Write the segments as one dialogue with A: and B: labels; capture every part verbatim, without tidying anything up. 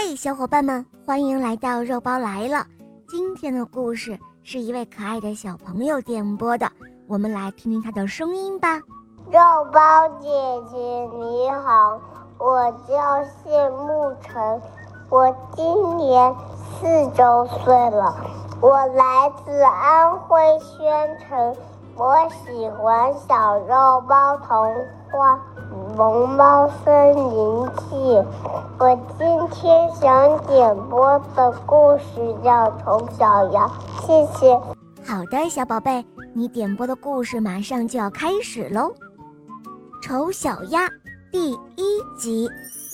A: 嘿，小伙伴们，欢迎来到肉包来了。今天的故事是一位可爱的小朋友点播的，我们来听听他的声音吧。
B: 肉包姐姐你好，我叫谢沐晨，我今年四周岁了，我来自安徽宣城，我喜欢小肉包童话《萌猫森林记》。我今天想点播的故事叫《丑小鸭》，谢谢。
A: 好的，小宝贝，你点播的故事马上就要开始喽。丑小鸭第一集。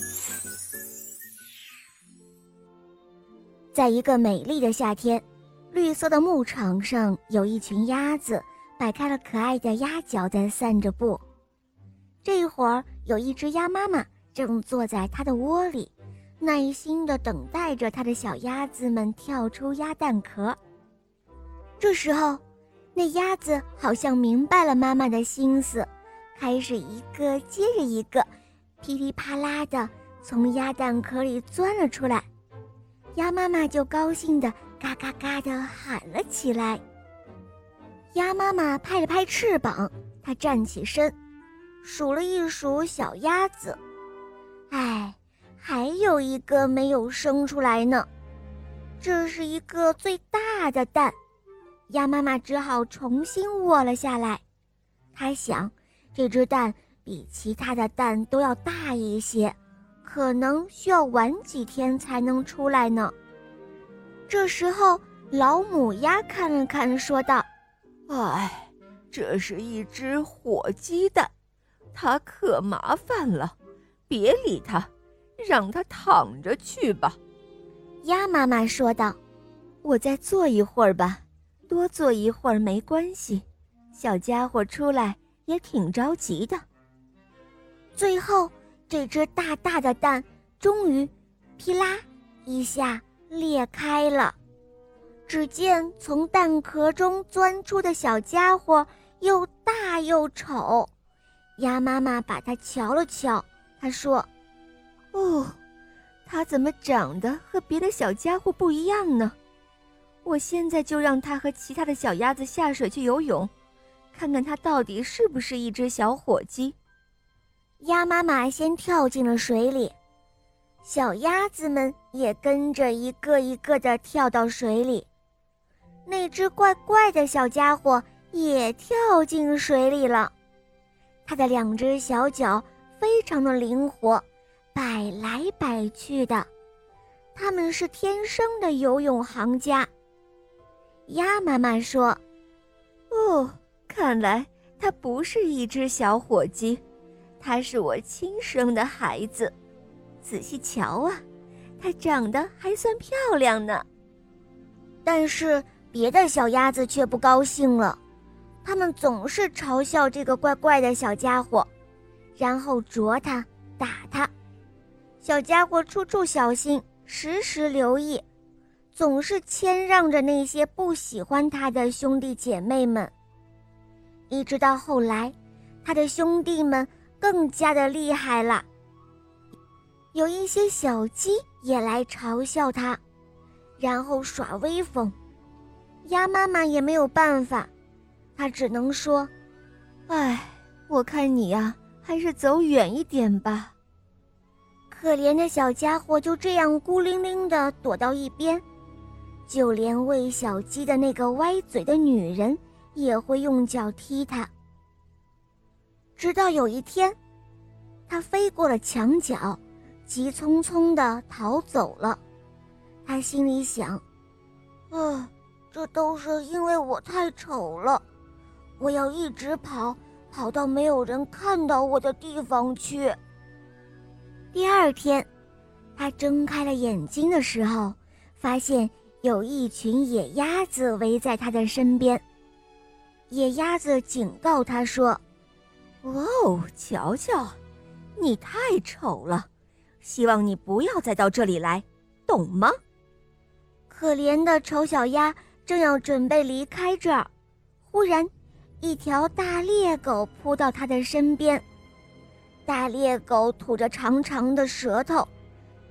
A: 在一个美丽的夏天，绿色的牧场上有一群鸭子摆开了可爱的鸭脚在散着步。这会儿有一只鸭妈妈正坐在它的窝里，耐心地等待着它的小鸭子们跳出鸭蛋壳。这时候，那鸭子好像明白了妈妈的心思，开始一个接着一个噼里啪啦地从鸭蛋壳里钻了出来。鸭妈妈就高兴地嘎嘎嘎地喊了起来。鸭妈妈拍了拍翅膀，它站起身，数了一数小鸭子，哎，还有一个没有生出来呢。这是一个最大的蛋，鸭妈妈只好重新卧了下来。她想，这只蛋比其他的蛋都要大一些，可能需要晚几天才能出来呢。这时候，老母鸭看了看，说道：
C: 哎，这是一只火鸡蛋，它可麻烦了，别理它，让它躺着去吧。
A: 鸭妈妈说道：
C: 我再坐一会儿吧，多坐一会儿没关系，小家伙出来也挺着急的。
A: 最后，这只大大的蛋终于噼啦一下裂开了，只见从蛋壳中钻出的小家伙又大又丑。鸭妈妈把它瞧了瞧，她说：
C: 哦，它怎么长得和别的小家伙不一样呢？我现在就让它和其他的小鸭子下水去游泳，看看它到底是不是一只小火鸡。
A: 鸭妈妈先跳进了水里，小鸭子们也跟着一个一个地跳到水里。那只怪怪的小家伙也跳进水里了，它的两只小脚非常的灵活，摆来摆去的，它们是天生的游泳行家。鸭妈妈说：
C: 哦，看来它不是一只小火鸡，它是我亲生的孩子。仔细瞧啊，它长得还算漂亮呢。
A: 但是别的小鸭子却不高兴了，它们总是嘲笑这个怪怪的小家伙，然后啄它打它。小家伙处处小心，时时留意，总是谦让着那些不喜欢他的兄弟姐妹们。一直到后来，他的兄弟们更加的厉害了，有一些小鸡也来嘲笑他，然后耍威风。鸭妈妈也没有办法，她只能说：
C: 哎，我看你呀，还是走远一点吧。
A: 可怜的小家伙就这样孤零零地躲到一边，就连喂小鸡的那个歪嘴的女人也会用脚踢它。直到有一天，它飞过了墙角，急匆匆地逃走了。他心里想：啊，这都是因为我太丑了，我要一直跑，跑到没有人看到我的地方去。第二天，他睁开了眼睛的时候，发现有一群野鸭子围在他的身边。野鸭子警告他说：
C: 哦，瞧瞧，你太丑了，希望你不要再到这里来，懂吗？
A: 可怜的丑小鸭正要准备离开这儿，忽然一条大猎狗扑到他的身边。大猎狗吐着长长的舌头，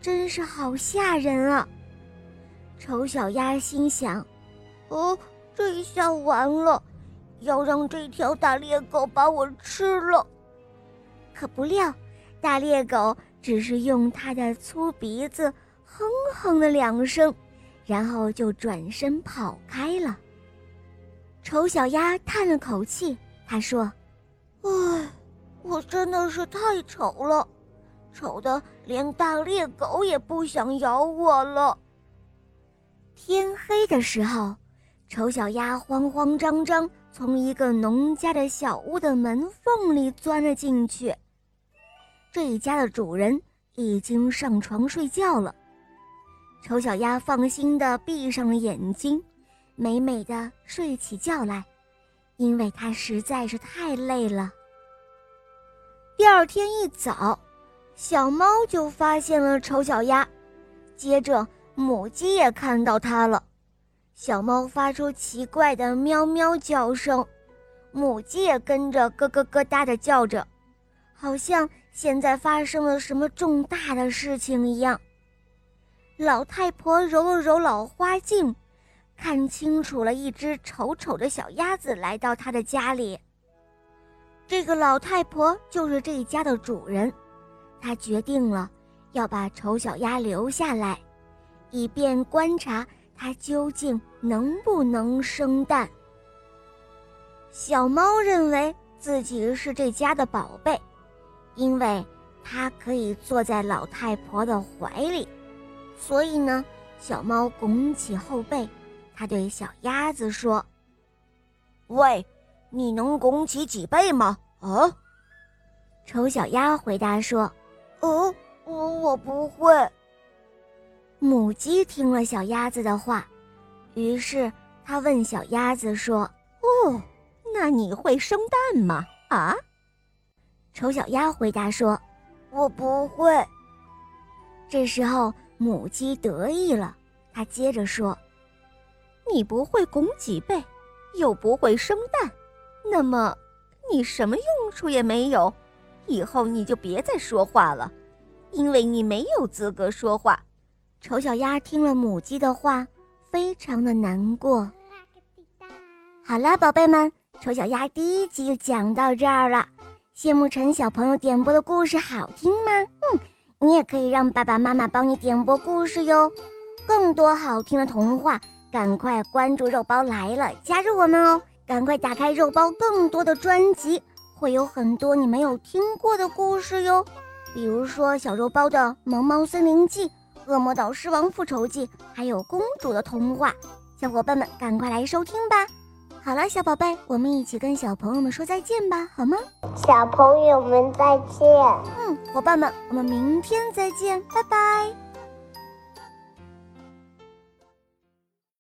A: 真是好吓人啊！丑小鸭心想：哦，这一下完了，要让这条大猎狗把我吃了。可不料，大猎狗只是用它的粗鼻子哼哼了两声，然后就转身跑开了。丑小鸭叹了口气，他说：唉，我真的是太丑了，丑得连大猎狗也不想咬我了。天黑的时候，丑小鸭慌慌张张从一个农家的小屋的门缝里钻了进去。这一家的主人已经上床睡觉了，丑小鸭放心地闭上了眼睛，美美地睡起觉来，因为它实在是太累了。第二天一早，小猫就发现了丑小鸭，接着母鸡也看到它了。小猫发出奇怪的喵喵叫声，母鸡也跟着咯咯咯哒地叫着，好像现在发生了什么重大的事情一样。老太婆揉了揉老花镜，看清楚了一只丑丑的小鸭子来到她的家里。这个老太婆就是这一家的主人，她决定了要把丑小鸭留下来，以便观察它究竟能不能生蛋。小猫认为自己是这家的宝贝，因为它可以坐在老太婆的怀里，所以呢，小猫拱起后背，它对小鸭子说：喂，你能拱起几倍吗？啊？丑小鸭回答说：哦，我我不会。母鸡听了小鸭子的话，于是它问小鸭子说：哦，那你会生蛋吗？啊？丑小鸭回答说：我不会。这时候母鸡得意了，它接着说：你不会拱几倍，又不会生蛋，那么你什么用处也没有，以后你就别再说话了，因为你没有资格说话。丑小鸭听了母鸡的话，非常的难过。好了，宝贝们，丑小鸭第一集就讲到这儿了。谢慕晨小朋友点播的故事好听吗？嗯，你也可以让爸爸妈妈帮你点播故事哟。更多好听的童话，赶快关注肉包来了，加入我们哦！赶快打开肉包更多的专辑，会有很多你没有听过的故事哟。比如说小肉包的《萌猫森林记》、《恶魔岛狮王复仇记》，还有公主的童话，小伙伴们赶快来收听吧。好了，小宝贝，我们一起跟小朋友们说再见吧，好吗？
B: 小朋友们再见。
A: 嗯，伙伴们，我们明天再见，拜拜。